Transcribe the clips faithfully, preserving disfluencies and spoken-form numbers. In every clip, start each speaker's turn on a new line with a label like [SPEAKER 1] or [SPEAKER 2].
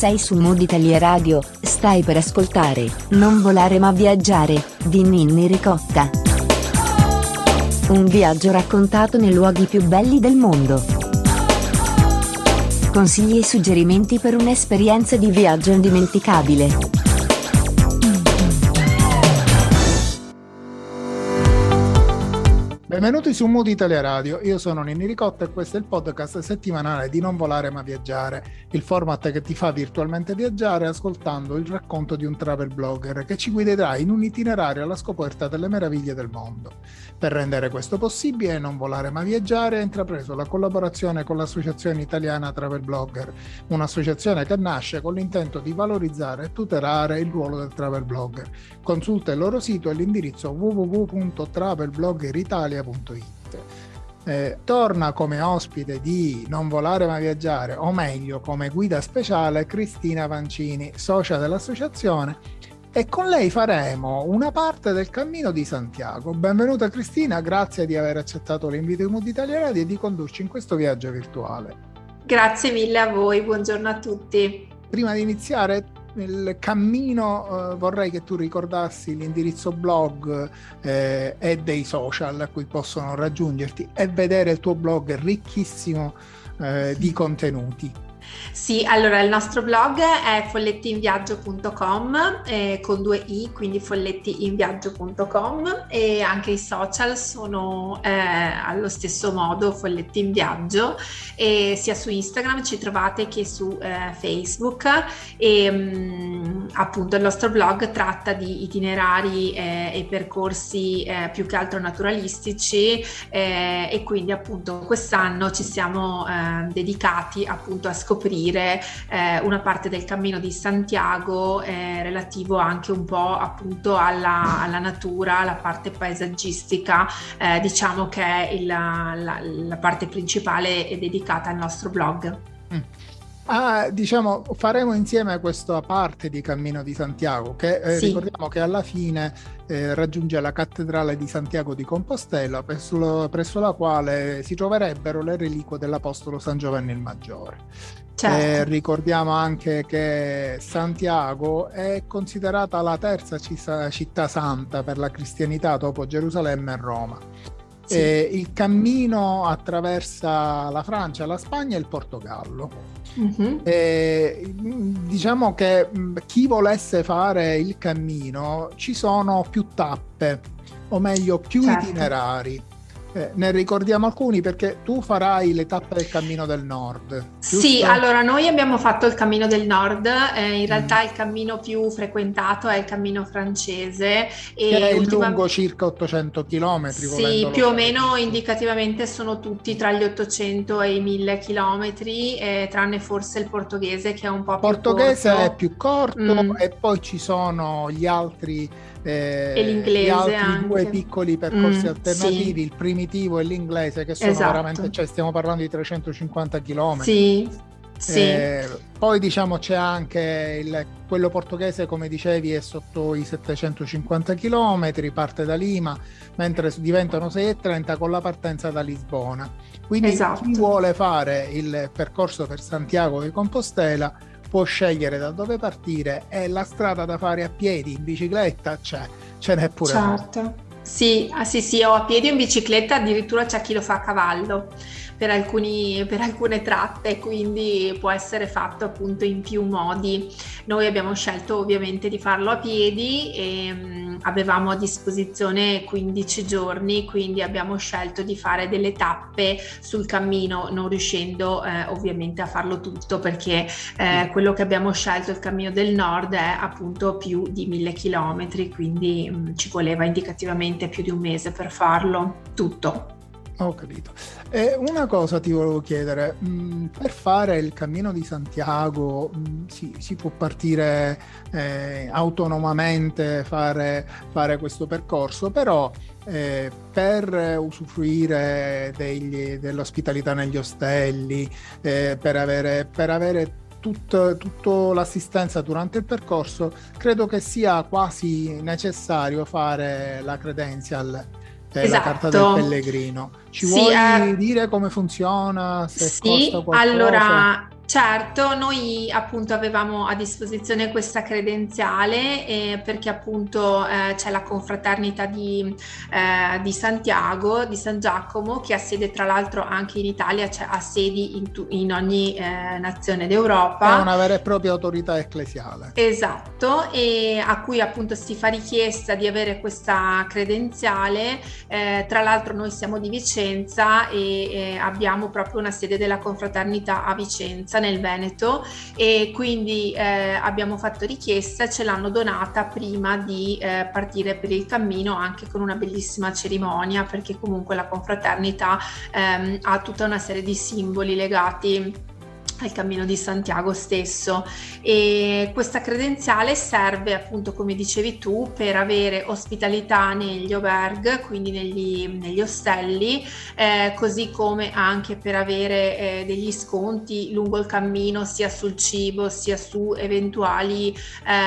[SPEAKER 1] Sei su Mood Italia Radio, stai per ascoltare Non volare ma viaggiare, di Ninni Ricotta. Un viaggio raccontato nei luoghi più belli del mondo. Consigli e suggerimenti per un'esperienza di viaggio indimenticabile.
[SPEAKER 2] Benvenuti su Mood Italia Radio, io sono Ninni Ricotta e questo è il podcast settimanale di Non volare ma viaggiare, il format che ti fa virtualmente viaggiare ascoltando il racconto di un travel blogger che ci guiderà in un itinerario alla scoperta delle meraviglie del mondo. Per rendere questo possibile, Non volare ma viaggiare ha intrapreso la collaborazione con l'Associazione Italiana Travel Blogger, un'associazione che nasce con l'intento di valorizzare e tutelare il ruolo del travel blogger. Consulta il loro sito e l'indirizzo w w w punto travel blogger italia punto it. Eh, torna come ospite di Non volare ma viaggiare, o meglio come guida speciale, Cristina Vancini, socia dell'associazione, e con lei faremo una parte del Cammino di Santiago. Benvenuta Cristina, grazie di aver accettato l'invito di Mood Italia Radio e di condurci in questo viaggio virtuale.
[SPEAKER 3] Grazie mille a voi, buongiorno a tutti.
[SPEAKER 2] Prima di iniziare il cammino, eh, vorrei che tu ricordassi l'indirizzo blog eh, e dei social a cui possono raggiungerti e vedere il tuo blog ricchissimo eh, di contenuti.
[SPEAKER 3] Sì, allora il nostro blog è follettiinviaggio punto com eh, con due i, quindi follettiinviaggio punto com, e anche i social sono eh, allo stesso modo Folletti in Viaggio, e sia su Instagram ci trovate che su eh, Facebook, e mh, appunto il nostro blog tratta di itinerari eh, e percorsi eh, più che altro naturalistici, eh, e quindi appunto quest'anno ci siamo eh, dedicati appunto a scoprire eh, una parte del Cammino di Santiago eh, relativo anche un po' appunto alla, alla natura, la parte paesaggistica, eh, diciamo che è il, la, la parte principale è dedicata al nostro blog.
[SPEAKER 2] Mm. Ah, diciamo, faremo insieme questa parte di Cammino di Santiago che eh, sì. Ricordiamo che alla fine eh, raggiunge la cattedrale di Santiago di Compostela, presso, presso la quale si troverebbero le reliquie dell'Apostolo San Giovanni il Maggiore. Certo. Eh, ricordiamo anche che Santiago è considerata la terza città santa per la cristianità dopo Gerusalemme e Roma. Sì. Eh, il cammino attraversa la Francia, la Spagna e il Portogallo. Mm-hmm. Eh, diciamo che chi volesse fare il cammino, ci sono più tappe, o meglio più certo. itinerari. Eh, ne ricordiamo alcuni perché tu farai le tappe del Cammino del Nord, giusto?
[SPEAKER 3] Sì, allora noi abbiamo fatto il Cammino del Nord, eh, in realtà mm. il cammino più frequentato è il Cammino francese, e
[SPEAKER 2] che è
[SPEAKER 3] ultima...
[SPEAKER 2] lungo circa ottocento chilometri.
[SPEAKER 3] Sì, più o meno indicativamente sono tutti tra gli ottocento e i mille chilometri, eh, tranne forse il portoghese che è un po'
[SPEAKER 2] portoghese
[SPEAKER 3] più corto.
[SPEAKER 2] è più corto, mm. e poi ci sono gli altri eh,
[SPEAKER 3] e l'inglese,
[SPEAKER 2] gli altri
[SPEAKER 3] anche.
[SPEAKER 2] due piccoli percorsi
[SPEAKER 3] mm,
[SPEAKER 2] alternativi,
[SPEAKER 3] sì.
[SPEAKER 2] il primitivo e l'inglese, che sono
[SPEAKER 3] esatto.
[SPEAKER 2] veramente, cioè stiamo parlando di trecentocinquanta chilometri.
[SPEAKER 3] Sì, sì.
[SPEAKER 2] Eh, poi diciamo c'è anche il, quello portoghese, come dicevi, è sotto i settecentocinquanta chilometri, parte da Lima, mentre diventano seicentotrenta con la partenza da Lisbona. Quindi esatto. chi vuole fare il percorso per Santiago di Compostela può scegliere da dove partire, e la strada da fare a piedi, in bicicletta c'è, ce n'è pure.
[SPEAKER 3] Certo. Sì, ah, sì, sì, o a piedi o in bicicletta, addirittura c'è chi lo fa a cavallo per alcuni, per alcune tratte, quindi può essere fatto appunto in più modi. Noi abbiamo scelto ovviamente di farlo a piedi e mh, avevamo a disposizione quindici giorni, quindi abbiamo scelto di fare delle tappe sul cammino, non riuscendo eh, ovviamente a farlo tutto, perché eh, quello che abbiamo scelto, il Cammino del Nord, è appunto più di mille chilometri, quindi mh, ci voleva indicativamente più di un mese per farlo tutto.
[SPEAKER 2] Ho capito. E una cosa ti volevo chiedere, mh, per fare il Cammino di Santiago mh, si, si può partire eh, autonomamente, fare, fare questo percorso, però eh, per usufruire degli, dell'ospitalità negli ostelli, eh, per avere, per avere tutta l'assistenza durante il percorso, credo che sia quasi necessario fare la credential, esatto. La carta del pellegrino. Ci sì, vuoi eh, dire come funziona? Se
[SPEAKER 3] sì,
[SPEAKER 2] costa qualcosa?
[SPEAKER 3] Allora Certo, noi appunto avevamo a disposizione questa credenziale eh, perché appunto eh, c'è la confraternita di, eh, di Santiago, di San Giacomo, che ha sede tra l'altro anche in Italia, cioè ha sedi in, tu- in ogni eh, nazione d'Europa.
[SPEAKER 2] È una vera e propria autorità ecclesiale.
[SPEAKER 3] Esatto, e a cui appunto si fa richiesta di avere questa credenziale. Eh, tra l'altro noi siamo di Vicenza e eh, abbiamo proprio una sede della confraternita a Vicenza, nel Veneto, e quindi eh, abbiamo fatto richiesta, ce l'hanno donata prima di eh, partire per il cammino, anche con una bellissima cerimonia, perché comunque la confraternita ehm, ha tutta una serie di simboli legati al Cammino di Santiago stesso, e questa credenziale serve appunto, come dicevi tu, per avere ospitalità negli alberghi, quindi negli, negli ostelli, eh, così come anche per avere eh, degli sconti lungo il cammino, sia sul cibo sia su eventuali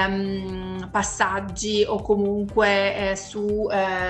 [SPEAKER 3] ehm, passaggi o comunque eh, su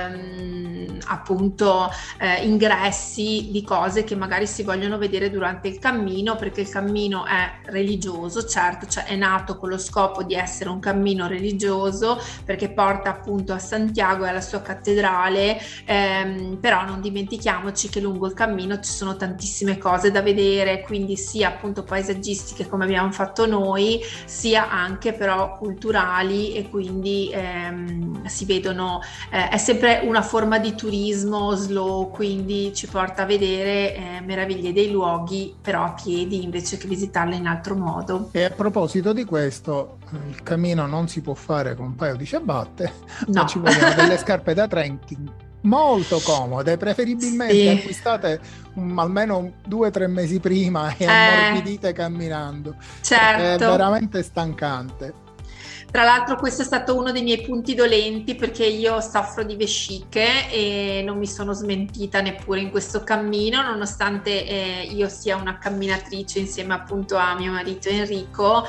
[SPEAKER 3] ehm, appunto eh, ingressi di cose che magari si vogliono vedere durante il cammino, perché il cammino è religioso, certo, cioè è nato con lo scopo di essere un cammino religioso, perché porta appunto a Santiago e alla sua cattedrale, ehm, però non dimentichiamoci che lungo il cammino ci sono tantissime cose da vedere, quindi sia appunto paesaggistiche come abbiamo fatto noi, sia anche però culturali, e quindi ehm, si vedono, eh, è sempre una forma di turismo slow, quindi ci porta a vedere eh, meraviglie dei luoghi, però a piedi invece che visitarle in altro modo.
[SPEAKER 2] E a proposito di questo, il cammino non si può fare con un paio di ciabatte,
[SPEAKER 3] no.
[SPEAKER 2] Ma ci vogliono delle scarpe da trekking molto comode, preferibilmente sì. acquistate um, almeno due o tre mesi prima e eh, ammorbidite camminando.
[SPEAKER 3] Certo.
[SPEAKER 2] È veramente stancante.
[SPEAKER 3] Tra l'altro questo è stato uno dei miei punti dolenti, perché io soffro di vesciche e non mi sono smentita neppure in questo cammino, nonostante eh, io sia una camminatrice insieme appunto a mio marito Enrico,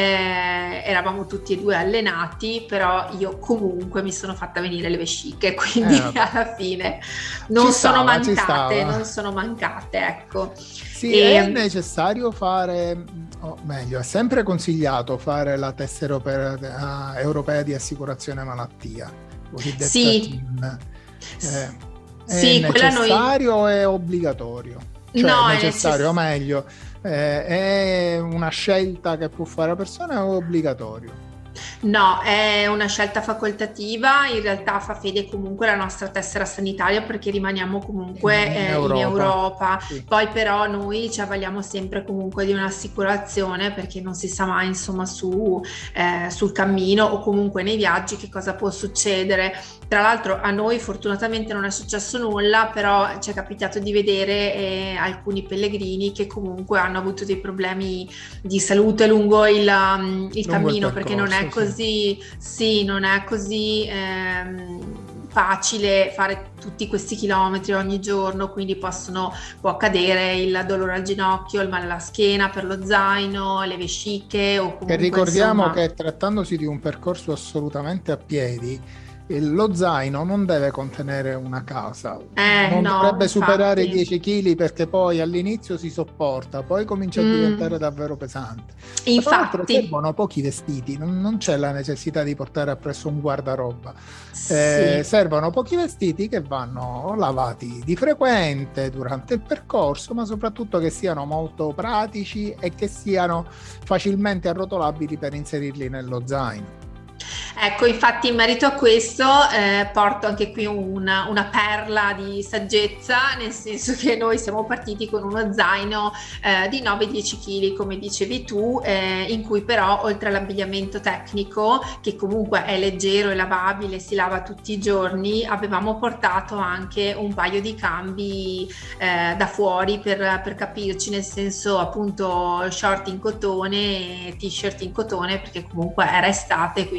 [SPEAKER 3] eh, eravamo tutti e due allenati, però io comunque mi sono fatta venire le vesciche, quindi eh, alla fine non
[SPEAKER 2] ci
[SPEAKER 3] sono
[SPEAKER 2] stava,
[SPEAKER 3] mancate, non sono mancate, ecco.
[SPEAKER 2] Sì, e... è necessario fare, o meglio, è sempre consigliato fare la tessera opera, uh, europea di assicurazione malattia, cosiddetta
[SPEAKER 3] sì.
[SPEAKER 2] T I M. Eh, è
[SPEAKER 3] sì,
[SPEAKER 2] necessario
[SPEAKER 3] noi...
[SPEAKER 2] o è obbligatorio? Cioè
[SPEAKER 3] no,
[SPEAKER 2] è necessario,
[SPEAKER 3] è
[SPEAKER 2] o meglio, eh, è una scelta che può fare la persona o è obbligatorio?
[SPEAKER 3] No, è una scelta facoltativa, in realtà fa fede comunque la nostra tessera sanitaria, perché rimaniamo comunque
[SPEAKER 2] in
[SPEAKER 3] eh,
[SPEAKER 2] Europa,
[SPEAKER 3] in Europa.
[SPEAKER 2] Sì.
[SPEAKER 3] Poi però noi ci avvaliamo sempre comunque di un'assicurazione, perché non si sa mai insomma su, eh, sul cammino o comunque nei viaggi che cosa può succedere. Tra l'altro a noi fortunatamente non è successo nulla, però ci è capitato di vedere eh, alcuni pellegrini che comunque hanno avuto dei problemi di salute lungo il, um, il
[SPEAKER 2] lungo
[SPEAKER 3] cammino,
[SPEAKER 2] il percorso,
[SPEAKER 3] perché non è così, sì, sì non è così ehm, facile fare tutti questi chilometri ogni giorno, quindi possono, può accadere il dolore al ginocchio, il male alla schiena per lo zaino, le vesciche o comunque,
[SPEAKER 2] che ricordiamo
[SPEAKER 3] insomma...
[SPEAKER 2] che trattandosi di un percorso assolutamente a piedi, lo zaino non deve contenere una casa,
[SPEAKER 3] eh,
[SPEAKER 2] non
[SPEAKER 3] no,
[SPEAKER 2] dovrebbe
[SPEAKER 3] infatti.
[SPEAKER 2] superare i dieci chili, perché poi all'inizio si sopporta, poi comincia a
[SPEAKER 3] mm.
[SPEAKER 2] diventare davvero pesante.
[SPEAKER 3] Infatti.
[SPEAKER 2] Tra l'altro servono pochi vestiti, non, non c'è la necessità di portare appresso un guardaroba.
[SPEAKER 3] Sì.
[SPEAKER 2] Eh, servono pochi vestiti che vanno lavati di frequente durante il percorso, ma soprattutto che siano molto pratici e che siano facilmente arrotolabili per inserirli nello zaino.
[SPEAKER 3] Ecco, infatti in merito a questo eh, porto anche qui una, una perla di saggezza, nel senso che noi siamo partiti con uno zaino eh, di nove dieci chili, come dicevi tu, eh, in cui però oltre all'abbigliamento tecnico, che comunque è leggero e lavabile, si lava tutti i giorni, avevamo portato anche un paio di cambi eh, da fuori per, per capirci, nel senso appunto short in cotone e t-shirt in cotone, perché comunque era estate, quindi era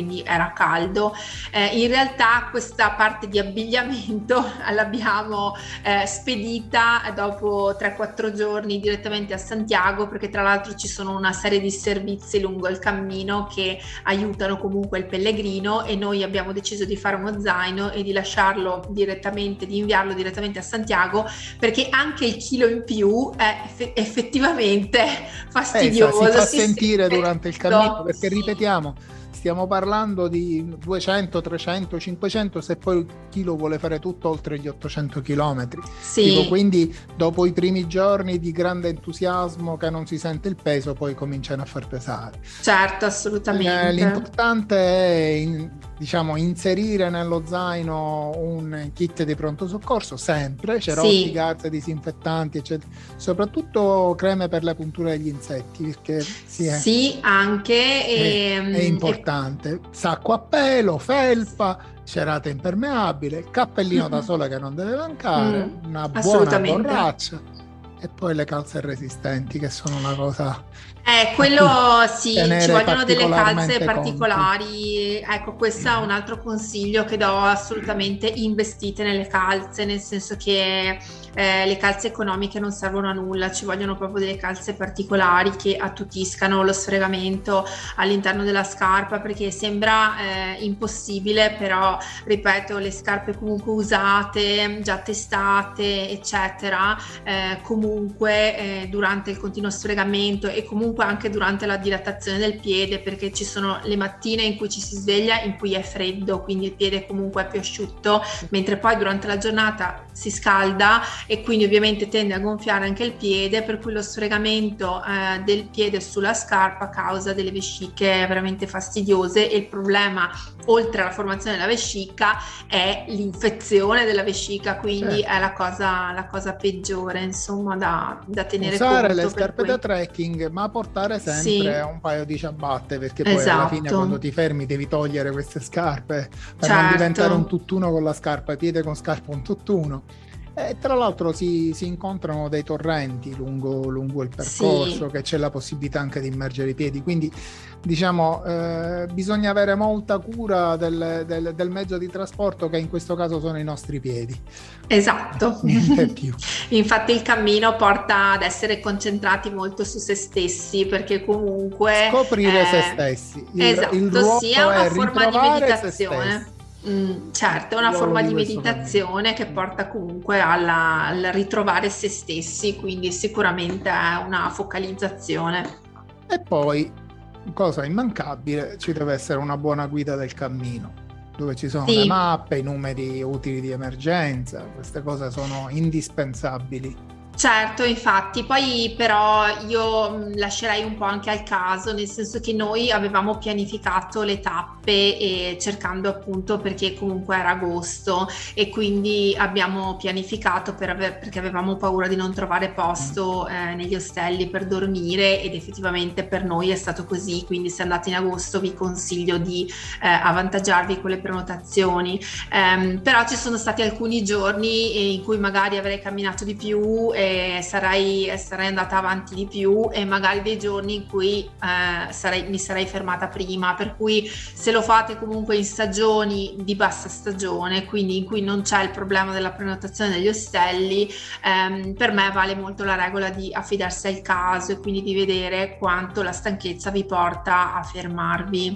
[SPEAKER 3] era caldo. Eh, in realtà questa parte di abbigliamento l'abbiamo eh, spedita dopo tre quattro giorni direttamente a Santiago, perché tra l'altro ci sono una serie di servizi lungo il cammino che aiutano comunque il pellegrino, e noi abbiamo deciso di fare uno zaino e di lasciarlo direttamente, di inviarlo direttamente a Santiago, perché anche il chilo in più è eff- effettivamente fastidioso.
[SPEAKER 2] Pesa, si fa
[SPEAKER 3] si
[SPEAKER 2] sentire
[SPEAKER 3] sente
[SPEAKER 2] durante il cammino, perché
[SPEAKER 3] sì.
[SPEAKER 2] ripetiamo, stiamo parlando di duecento, trecento, cinquecento, se poi il chilo vuole fare tutto oltre gli ottocento chilometri.
[SPEAKER 3] Sì.
[SPEAKER 2] Tipo, quindi dopo i primi giorni di grande entusiasmo che non si sente il peso, poi cominciano a far pesare.
[SPEAKER 3] Certo, assolutamente.
[SPEAKER 2] Eh, l'importante è in, diciamo inserire nello zaino un kit di pronto soccorso, sempre cerotti,
[SPEAKER 3] Sì.
[SPEAKER 2] garze, disinfettanti, eccetera. Soprattutto creme per le punture degli insetti, perché sì, è,
[SPEAKER 3] Sì, anche
[SPEAKER 2] è,
[SPEAKER 3] ehm,
[SPEAKER 2] è importante. Sacco a pelo, felpa, cerata impermeabile, cappellino da sole che non deve mancare,
[SPEAKER 3] Mm,
[SPEAKER 2] una buona
[SPEAKER 3] assolutamente.
[SPEAKER 2] borraccia, e poi le calze resistenti, che sono una cosa
[SPEAKER 3] Eh, quello
[SPEAKER 2] a cui
[SPEAKER 3] sì, ci
[SPEAKER 2] tenere
[SPEAKER 3] vogliono delle calze
[SPEAKER 2] particolarmente conto.
[SPEAKER 3] particolari. Ecco, questo è un altro consiglio che do: assolutamente investite nelle calze, nel senso che eh, le calze economiche non servono a nulla, ci vogliono proprio delle calze particolari che attutiscano lo sfregamento all'interno della scarpa, perché sembra eh, impossibile, però ripeto, le scarpe comunque usate, già testate, eccetera, eh, comunque eh, durante il continuo sfregamento e comunque anche durante la dilatazione del piede, perché ci sono le mattine in cui ci si sveglia in cui è freddo, quindi il piede comunque è più asciutto, mentre poi durante la giornata si scalda e quindi ovviamente tende a gonfiare anche il piede, per cui lo sfregamento eh, del piede sulla scarpa causa delle vesciche veramente fastidiose, e il problema, oltre alla formazione della vescica, è l'infezione della vescica, quindi
[SPEAKER 2] Certo.
[SPEAKER 3] è la cosa, la cosa peggiore, insomma, da, da tenere
[SPEAKER 2] Usare
[SPEAKER 3] conto.
[SPEAKER 2] le
[SPEAKER 3] per
[SPEAKER 2] scarpe
[SPEAKER 3] cui-
[SPEAKER 2] da trekking, ma portare sempre
[SPEAKER 3] Sì.
[SPEAKER 2] un paio di ciabatte, perché poi alla fine
[SPEAKER 3] Esatto.
[SPEAKER 2] quando ti fermi devi togliere queste scarpe per
[SPEAKER 3] Certo.
[SPEAKER 2] non diventare un tutt'uno con la scarpa, piede con scarpa un tutt'uno. E tra l'altro si, si incontrano dei torrenti lungo, lungo il percorso,
[SPEAKER 3] Sì.
[SPEAKER 2] che c'è la possibilità anche di immergere i piedi, quindi diciamo eh, bisogna avere molta cura del, del, del mezzo di trasporto, che in questo caso sono i nostri piedi.
[SPEAKER 3] Esatto.
[SPEAKER 2] Niente più.
[SPEAKER 3] Infatti il cammino porta ad essere concentrati molto su se stessi, perché comunque
[SPEAKER 2] Scoprire
[SPEAKER 3] eh,
[SPEAKER 2] se stessi. Il,
[SPEAKER 3] esatto,
[SPEAKER 2] il ruolo
[SPEAKER 3] sì, è una
[SPEAKER 2] è
[SPEAKER 3] forma di
[SPEAKER 2] ritrovare se
[SPEAKER 3] meditazione.
[SPEAKER 2] stessi.
[SPEAKER 3] Mm, certo, è
[SPEAKER 2] Il
[SPEAKER 3] una
[SPEAKER 2] ruolo
[SPEAKER 3] forma
[SPEAKER 2] di
[SPEAKER 3] di
[SPEAKER 2] questo
[SPEAKER 3] meditazione che
[SPEAKER 2] cammino.
[SPEAKER 3] porta comunque alla- al ritrovare se stessi, quindi sicuramente è una focalizzazione.
[SPEAKER 2] E poi, cosa immancabile, ci deve essere una buona guida del cammino, dove ci sono
[SPEAKER 3] Sì.
[SPEAKER 2] le mappe, i numeri utili di emergenza. Queste cose sono indispensabili.
[SPEAKER 3] Certo, infatti, poi però io mh, lascerei un po' anche al caso, nel senso che noi avevamo pianificato le tappe e cercando appunto, perché comunque era agosto, e quindi abbiamo pianificato per aver- perché avevamo paura di non trovare posto eh, negli ostelli per dormire, ed effettivamente per noi è stato così, quindi se andate in agosto vi consiglio di eh, avvantaggiarvi con le prenotazioni. Ehm, però ci sono stati alcuni giorni in cui magari avrei camminato di più e sarei, sarei andata avanti di più, e magari dei giorni in cui eh, sarei, mi sarei fermata prima, per cui se lo fate comunque in stagioni di bassa stagione, quindi in cui non c'è il problema della prenotazione degli ostelli, ehm, per me vale molto la regola di affidarsi al caso e quindi di vedere quanto la stanchezza vi porta a fermarvi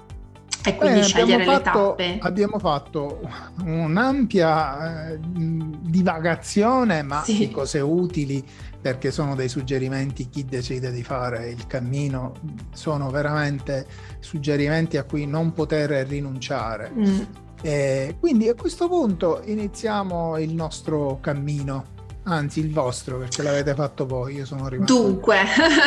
[SPEAKER 3] e quindi
[SPEAKER 2] Beh,
[SPEAKER 3] scegliere
[SPEAKER 2] abbiamo
[SPEAKER 3] le
[SPEAKER 2] fatto,
[SPEAKER 3] tappe.
[SPEAKER 2] abbiamo fatto un'ampia eh, divagazione, ma
[SPEAKER 3] Sì.
[SPEAKER 2] di cose utili, perché sono dei suggerimenti. Chi decide di fare il cammino sono veramente suggerimenti a cui non poter rinunciare.
[SPEAKER 3] Mm.
[SPEAKER 2] E quindi a questo punto iniziamo il nostro cammino, anzi il vostro, perché l'avete fatto voi, io sono rimasto.
[SPEAKER 3] Dunque,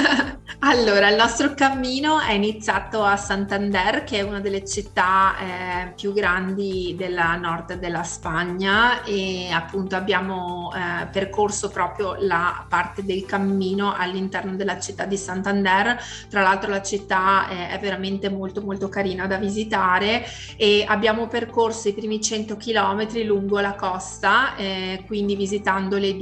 [SPEAKER 3] allora il nostro cammino è iniziato a Santander, che è una delle città eh, più grandi della nord della Spagna, e appunto abbiamo eh, percorso proprio la parte del cammino all'interno della città di Santander. Tra l'altro la città eh, è veramente molto molto carina da visitare, e abbiamo percorso i primi cento chilometri lungo la costa, eh, quindi visitando le dune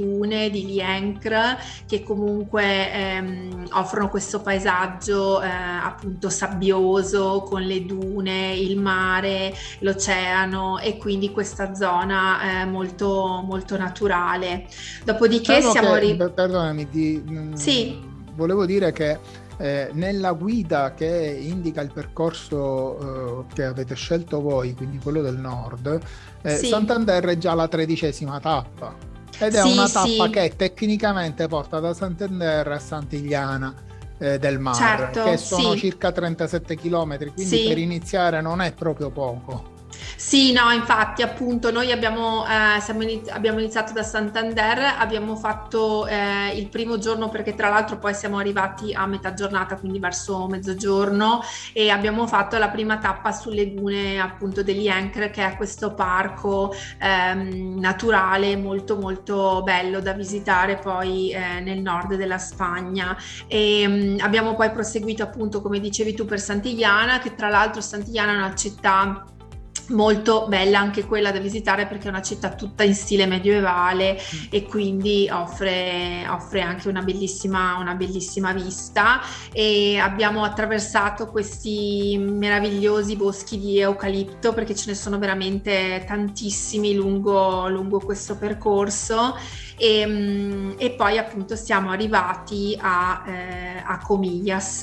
[SPEAKER 3] dune di Lienk, che comunque ehm, offrono questo paesaggio eh, appunto sabbioso con le dune, il mare, l'oceano, e quindi questa zona eh, molto, molto naturale. Dopodiché
[SPEAKER 2] diciamo
[SPEAKER 3] siamo
[SPEAKER 2] che,
[SPEAKER 3] ri-
[SPEAKER 2] perdonami, ti,
[SPEAKER 3] Sì,
[SPEAKER 2] volevo dire che eh, nella guida che indica il percorso eh, che avete scelto voi, quindi quello del nord, eh,
[SPEAKER 3] sì.
[SPEAKER 2] Santander è già la tredicesima tappa, ed è
[SPEAKER 3] Sì,
[SPEAKER 2] una tappa
[SPEAKER 3] sì.
[SPEAKER 2] che tecnicamente porta da Santander a Sant'Iliana eh, del Mar,
[SPEAKER 3] Certo,
[SPEAKER 2] che sono
[SPEAKER 3] sì.
[SPEAKER 2] circa trentasette chilometri, quindi
[SPEAKER 3] Sì.
[SPEAKER 2] per iniziare non è proprio poco.
[SPEAKER 3] Sì, no, infatti, appunto, noi abbiamo, eh, siamo inizi- abbiamo iniziato da Santander, abbiamo fatto eh, il primo giorno, perché tra l'altro poi siamo arrivati a metà giornata, quindi verso mezzogiorno, e abbiamo fatto la prima tappa sulle dune appunto degli Encre, che è questo parco ehm, naturale molto molto bello da visitare poi eh, nel nord della Spagna. E mh, abbiamo poi proseguito appunto, come dicevi tu, per Sant'Iliana, che tra l'altro Sant'Iliana è una città molto bella anche quella da visitare, perché è una città tutta in stile medievale
[SPEAKER 2] Mm.
[SPEAKER 3] e quindi offre, offre anche una bellissima, una bellissima vista, e abbiamo attraversato questi meravigliosi boschi di eucalipto, perché ce ne sono veramente tantissimi lungo, lungo questo percorso. E, mm, e poi appunto siamo arrivati a, eh, a Comillas.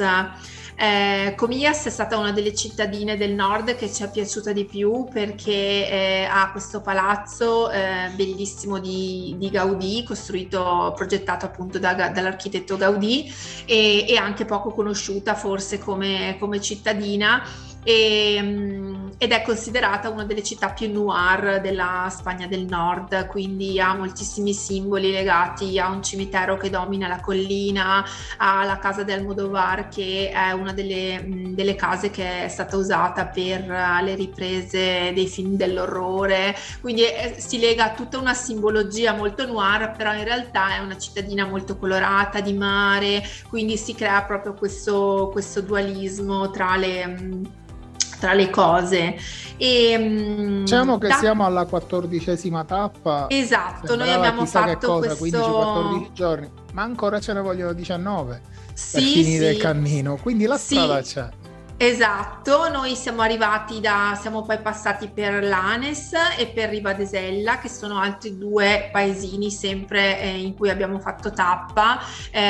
[SPEAKER 3] Eh, Comillas è stata una delle cittadine del nord che ci è piaciuta di più, perché eh, ha questo palazzo eh, bellissimo di, di Gaudì, costruito, progettato appunto da- dall'architetto Gaudì, e, e anche poco conosciuta forse come, come cittadina. E, mm, ed è considerata una delle città più noir della Spagna del Nord, quindi ha moltissimi simboli legati a un cimitero che domina la collina, alla casa del Almodovar, che è una delle, mh, delle case che è stata usata per uh, le riprese dei film dell'orrore, quindi eh, si lega a tutta una simbologia molto noir, però in realtà è una cittadina molto colorata, di mare, quindi si crea proprio questo, questo dualismo tra le... Mh, tra le cose. E, mh,
[SPEAKER 2] Diciamo che
[SPEAKER 3] da-
[SPEAKER 2] siamo alla quattordicesima tappa,
[SPEAKER 3] Esatto, noi
[SPEAKER 2] sembrava
[SPEAKER 3] abbiamo
[SPEAKER 2] chissà che
[SPEAKER 3] fatto
[SPEAKER 2] cosa,
[SPEAKER 3] questo...
[SPEAKER 2] quindici quattordici giorni, ma ancora ce ne vogliono diciannove per
[SPEAKER 3] Sì,
[SPEAKER 2] finire il
[SPEAKER 3] sì.
[SPEAKER 2] cammino, quindi la
[SPEAKER 3] Sì.
[SPEAKER 2] strada c'è.
[SPEAKER 3] Esatto, noi siamo arrivati da, siamo poi passati per Lanes e per Ribadesella, che sono altri due paesini sempre eh, in cui abbiamo fatto tappa.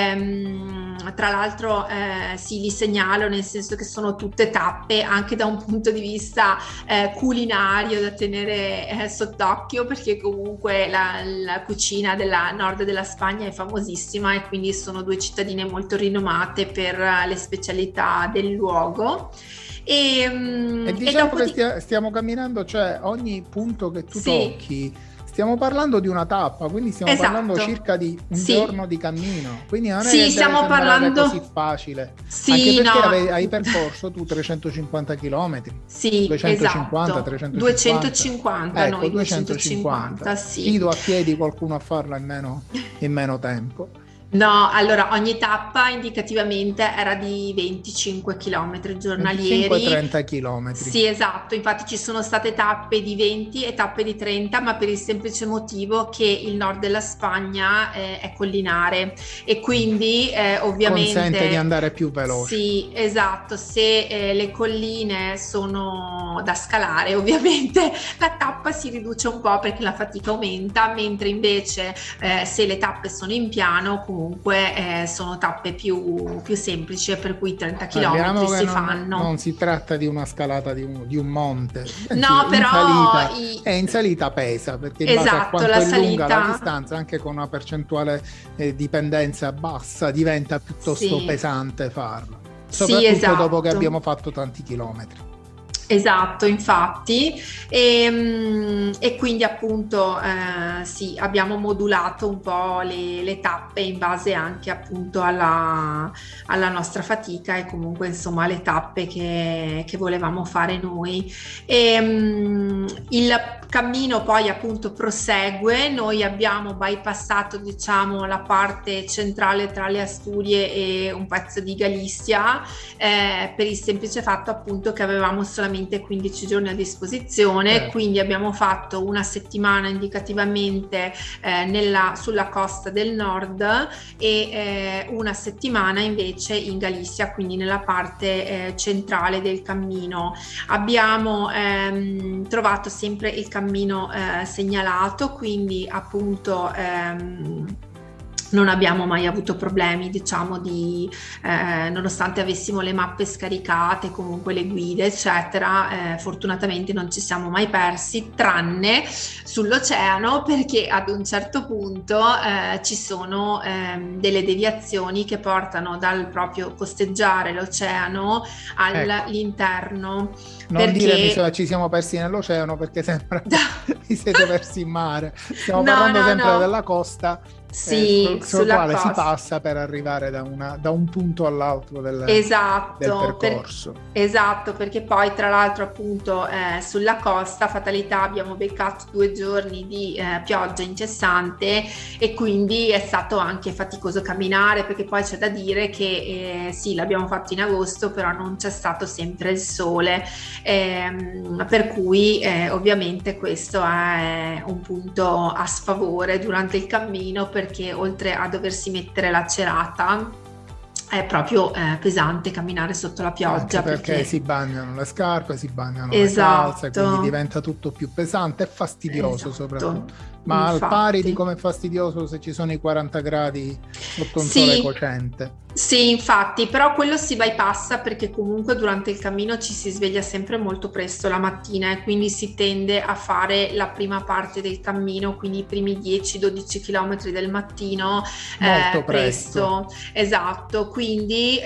[SPEAKER 3] Ehm, tra l'altro eh, sì, li segnalo, nel senso che sono tutte tappe anche da un punto di vista eh, culinario da tenere eh, sott'occhio, perché comunque la, la cucina del nord della Spagna è famosissima, e quindi sono due cittadine molto rinomate per eh, le specialità del luogo. E, mm,
[SPEAKER 2] E
[SPEAKER 3] e
[SPEAKER 2] diciamo
[SPEAKER 3] dopo
[SPEAKER 2] che
[SPEAKER 3] di-
[SPEAKER 2] stia- stiamo camminando, cioè ogni punto che tu
[SPEAKER 3] Sì.
[SPEAKER 2] tocchi, stiamo parlando di una tappa, quindi stiamo
[SPEAKER 3] Esatto.
[SPEAKER 2] parlando circa di un
[SPEAKER 3] Sì.
[SPEAKER 2] giorno di cammino, quindi non è
[SPEAKER 3] Sì,
[SPEAKER 2] che deve
[SPEAKER 3] stiamo
[SPEAKER 2] sembrare
[SPEAKER 3] parlando-
[SPEAKER 2] così facile,
[SPEAKER 3] Sì,
[SPEAKER 2] anche perché
[SPEAKER 3] no.
[SPEAKER 2] ave- hai percorso tu trecentocinquanta chilometri.
[SPEAKER 3] Sì,
[SPEAKER 2] duecentocinquanta,
[SPEAKER 3] esatto.
[SPEAKER 2] trecentocinquanta.
[SPEAKER 3] duecentocinquanta,
[SPEAKER 2] Ecco,
[SPEAKER 3] noi
[SPEAKER 2] duecentocinquanta.
[SPEAKER 3] duecentocinquanta, sì.
[SPEAKER 2] Sfido a piedi qualcuno a farla in meno, in meno tempo.
[SPEAKER 3] No, allora ogni tappa indicativamente era di venticinque chilometri giornalieri.
[SPEAKER 2] venticinque trenta chilometri.
[SPEAKER 3] Sì, esatto, infatti ci sono state tappe di venti e tappe di trenta, ma per il semplice motivo che il nord della Spagna eh, è collinare, e quindi eh, ovviamente...
[SPEAKER 2] Consente di andare più veloce.
[SPEAKER 3] Sì, esatto, se eh, le colline sono da scalare, ovviamente la tappa si riduce un po' perché la fatica aumenta, mentre invece eh, se le tappe sono in piano, comunque eh, sono tappe più, più semplici, per cui trenta
[SPEAKER 2] Parliamo
[SPEAKER 3] chilometri
[SPEAKER 2] che
[SPEAKER 3] si
[SPEAKER 2] non,
[SPEAKER 3] fanno.
[SPEAKER 2] non si tratta di una scalata di un, di un monte, anzi,
[SPEAKER 3] No,
[SPEAKER 2] in
[SPEAKER 3] però
[SPEAKER 2] salita,
[SPEAKER 3] i-
[SPEAKER 2] è in salita pesa, perché in base a
[SPEAKER 3] Esatto,
[SPEAKER 2] quanto
[SPEAKER 3] la
[SPEAKER 2] è lunga la
[SPEAKER 3] salita-
[SPEAKER 2] distanza, anche con una percentuale eh, di pendenza bassa, diventa piuttosto
[SPEAKER 3] Sì.
[SPEAKER 2] pesante farlo,
[SPEAKER 3] Sì,
[SPEAKER 2] soprattutto
[SPEAKER 3] esatto.
[SPEAKER 2] dopo che abbiamo fatto tanti chilometri.
[SPEAKER 3] Esatto, infatti, e, mm, e quindi appunto eh, sì, abbiamo modulato un po' le, le tappe in base anche appunto alla, alla nostra fatica, e comunque insomma le tappe che, che volevamo fare noi. E, mm, il, cammino poi appunto prosegue. Noi abbiamo bypassato, diciamo, la parte centrale tra le Asturie e un pezzo di Galizia, eh, per il semplice fatto appunto che avevamo solamente quindici giorni a disposizione, eh. quindi abbiamo fatto una settimana indicativamente eh, nella, sulla costa del nord e eh, una settimana invece in Galizia, quindi nella parte eh, centrale del cammino. Abbiamo ehm, trovato sempre il cammino eh, segnalato, quindi appunto ehm, non abbiamo mai avuto problemi, diciamo, di eh, nonostante avessimo le mappe scaricate, comunque le guide eccetera, eh, fortunatamente non ci siamo mai persi, tranne sull'oceano, perché ad un certo punto eh, ci sono eh, delle deviazioni che portano dal proprio costeggiare l'oceano all'interno.
[SPEAKER 2] Ecco. Non perché... dire che ci siamo persi nell'oceano, perché sembra che vi siete persi in mare. Stiamo no, parlando no, sempre no. della costa.
[SPEAKER 3] Sì,
[SPEAKER 2] eh, sul quale costa. Si passa per arrivare da, una, da un punto all'altro del,
[SPEAKER 3] esatto,
[SPEAKER 2] del percorso.
[SPEAKER 3] Per, esatto, perché poi tra l'altro appunto eh, sulla costa, fatalità, abbiamo beccato due giorni di eh, pioggia incessante e quindi è stato anche faticoso camminare, perché poi c'è da dire che eh, sì, l'abbiamo fatto in agosto, però non c'è stato sempre il sole, ehm, per cui eh, ovviamente questo è un punto a sfavore durante il cammino, perché oltre a doversi mettere la cerata è proprio eh, pesante camminare sotto la pioggia.
[SPEAKER 2] Anche perché, perché si bagnano le scarpe, si bagnano
[SPEAKER 3] esatto.
[SPEAKER 2] le calze, quindi diventa tutto più pesante e fastidioso, esatto. soprattutto. Ma infatti, al pari di come è fastidioso se ci sono i quaranta gradi sotto un sì, sole cocente.
[SPEAKER 3] Sì, infatti, però quello si bypassa perché comunque durante il cammino ci si sveglia sempre molto presto la mattina e quindi si tende a fare la prima parte del cammino, quindi i primi dieci dodici chilometri del mattino
[SPEAKER 2] molto
[SPEAKER 3] eh,
[SPEAKER 2] presto.
[SPEAKER 3] presto. Esatto, quindi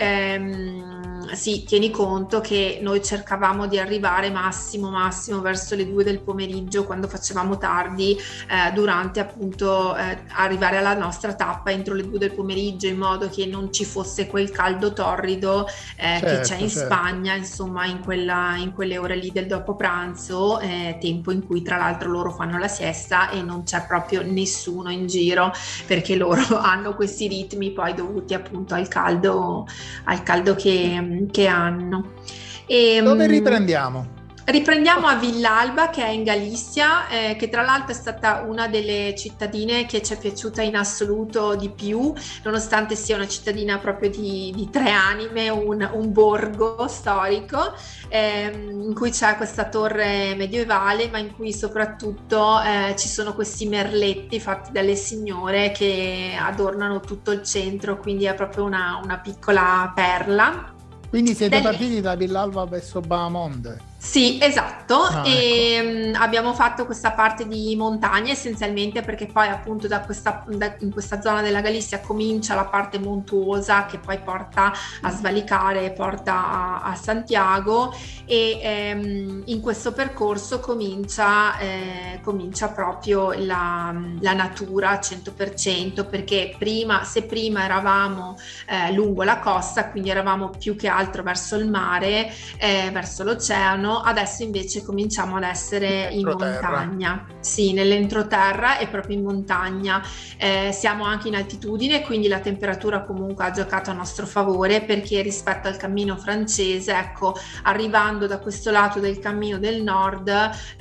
[SPEAKER 3] ehm, sì, tieni conto che noi cercavamo di arrivare massimo massimo verso le due del pomeriggio, quando facevamo tardi, eh, durante appunto eh, arrivare alla nostra tappa entro le due del pomeriggio, in modo che non ci fosse quel caldo torrido eh, certo, che c'è in certo. Spagna, insomma, in, quella, in quelle ore lì del dopo pranzo, eh, tempo in cui tra l'altro loro fanno la siesta e non c'è proprio nessuno in giro, perché loro hanno questi ritmi poi dovuti appunto al caldo, al caldo che, che hanno. E,
[SPEAKER 2] dove riprendiamo?
[SPEAKER 3] Riprendiamo a Villalba, che è in Galizia, eh, che tra l'altro è stata una delle cittadine che ci è piaciuta in assoluto di più, nonostante sia una cittadina proprio di, di tre anime, un, un borgo storico, ehm, in cui c'è questa torre medievale, ma in cui soprattutto eh, ci sono questi merletti fatti dalle signore che adornano tutto il centro, quindi è proprio una, una piccola perla.
[SPEAKER 2] Quindi siete Delle... partiti da Villalba verso Baamonde?
[SPEAKER 3] Sì, esatto,
[SPEAKER 2] ah,
[SPEAKER 3] e
[SPEAKER 2] ecco.
[SPEAKER 3] abbiamo fatto questa parte di montagna essenzialmente perché poi appunto da questa, da, in questa zona della Galizia comincia la parte montuosa che poi porta a svalicare, porta a, a Santiago e ehm, in questo percorso comincia, eh, comincia proprio la, la natura al cento per cento, perché prima, se prima eravamo eh, lungo la costa, quindi eravamo più che altro verso il mare, eh, verso l'oceano, adesso invece cominciamo ad essere in montagna, sì, nell'entroterra e proprio in montagna. Eh, siamo anche in altitudine, quindi la temperatura comunque ha giocato a nostro favore, perché rispetto al cammino francese, ecco, arrivando da questo lato del cammino del nord,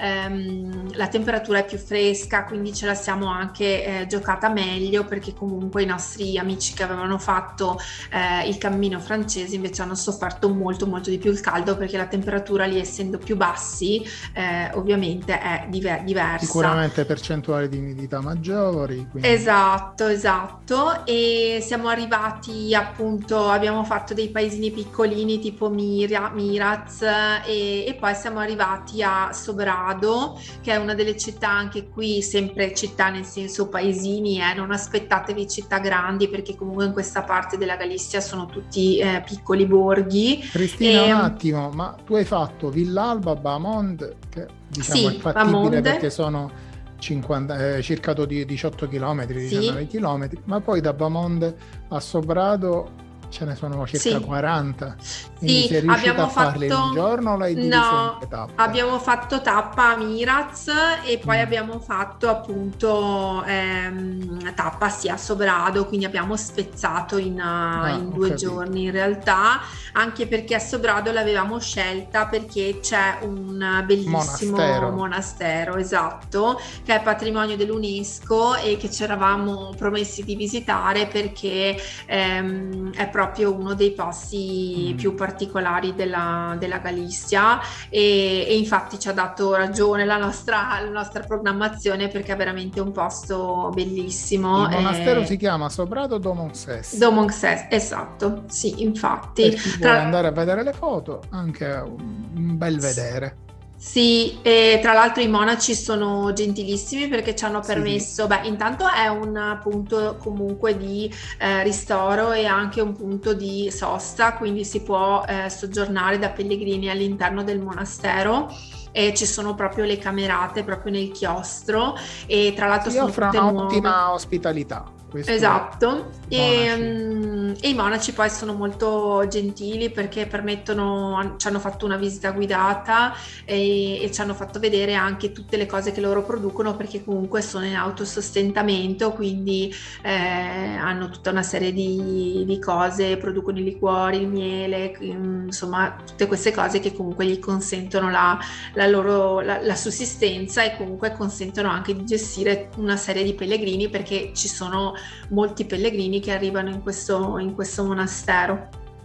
[SPEAKER 3] ehm, la temperatura è più fresca, quindi ce la siamo anche eh, giocata meglio, perché comunque i nostri amici che avevano fatto eh, il cammino francese invece hanno sofferto molto molto di più il caldo, perché la temperatura lì è essendo più bassi, eh, ovviamente è diver- diversa.
[SPEAKER 2] Sicuramente percentuali di umidità maggiori. Quindi...
[SPEAKER 3] Esatto, esatto. E siamo arrivati appunto, abbiamo fatto dei paesini piccolini tipo Mira, Miraz e, e poi siamo arrivati a Sobrado, che è una delle città, anche qui sempre città nel senso paesini, eh, non aspettatevi città grandi, perché comunque in questa parte della Galizia sono tutti eh, piccoli borghi.
[SPEAKER 2] Cristina,
[SPEAKER 3] e...
[SPEAKER 2] un attimo, ma tu hai fatto Villalba, Baamonde, che diciamo
[SPEAKER 3] sì,
[SPEAKER 2] è fattibile
[SPEAKER 3] Baamonde.
[SPEAKER 2] Perché sono cinquanta, eh, circa diciotto chilometri,
[SPEAKER 3] sì.
[SPEAKER 2] diciannove chilometri, ma poi da Baamonde a Sobrado ce ne sono circa
[SPEAKER 3] sì.
[SPEAKER 2] quaranta. Quindi
[SPEAKER 3] Sì,
[SPEAKER 2] sei riuscita
[SPEAKER 3] abbiamo
[SPEAKER 2] a farle in un
[SPEAKER 3] fatto,
[SPEAKER 2] giorno o l'hai diviso in
[SPEAKER 3] no,
[SPEAKER 2] tappe?
[SPEAKER 3] abbiamo fatto tappa a Miraz e poi
[SPEAKER 2] Mm.
[SPEAKER 3] abbiamo fatto appunto ehm, tappa sia a Sobrado, quindi abbiamo spezzato in, uh,
[SPEAKER 2] Ah,
[SPEAKER 3] in
[SPEAKER 2] ho
[SPEAKER 3] due
[SPEAKER 2] capito.
[SPEAKER 3] giorni in realtà, anche perché a Sobrado l'avevamo scelta perché c'è un bellissimo
[SPEAKER 2] Monastero.
[SPEAKER 3] monastero, esatto, che è patrimonio dell'UNESCO e che ci eravamo promessi di visitare perché ehm, è proprio uno dei posti
[SPEAKER 2] Mm.
[SPEAKER 3] più particolari della, della Galizia e, e infatti ci ha dato ragione la nostra, la nostra programmazione perché è veramente un posto bellissimo.
[SPEAKER 2] Il monastero si
[SPEAKER 3] eh,
[SPEAKER 2] chiama Sobrado do Monses.
[SPEAKER 3] Domonxes, esatto, sì, infatti.
[SPEAKER 2] Per chi vuole
[SPEAKER 3] Tra,
[SPEAKER 2] andare a vedere le foto, anche un, un bel vedere.
[SPEAKER 3] Sì, e tra l'altro i monaci sono gentilissimi perché ci hanno
[SPEAKER 2] Sì, sì.
[SPEAKER 3] permesso, beh, intanto è un punto comunque di eh, ristoro e anche un punto di sosta, quindi si può eh, soggiornare da pellegrini all'interno del monastero e ci sono proprio le camerate proprio nel chiostro e tra l'altro
[SPEAKER 2] Si
[SPEAKER 3] sono
[SPEAKER 2] offre
[SPEAKER 3] tutte nuove.
[SPEAKER 2] un'ottima ospitalità. Questo
[SPEAKER 3] Esatto, e,
[SPEAKER 2] monaci.
[SPEAKER 3] mm, e i monaci poi sono molto gentili perché permettono, ci hanno fatto una visita guidata e, e ci hanno fatto vedere anche tutte le cose che loro producono perché comunque sono in autosostentamento, quindi eh, hanno tutta una serie di, di cose, producono i liquori, il miele, mm, insomma tutte queste cose che comunque gli consentono la, la loro la, la sussistenza e comunque consentono anche di gestire una serie di pellegrini perché ci sono molti pellegrini che arrivano in questo, in questo monastero.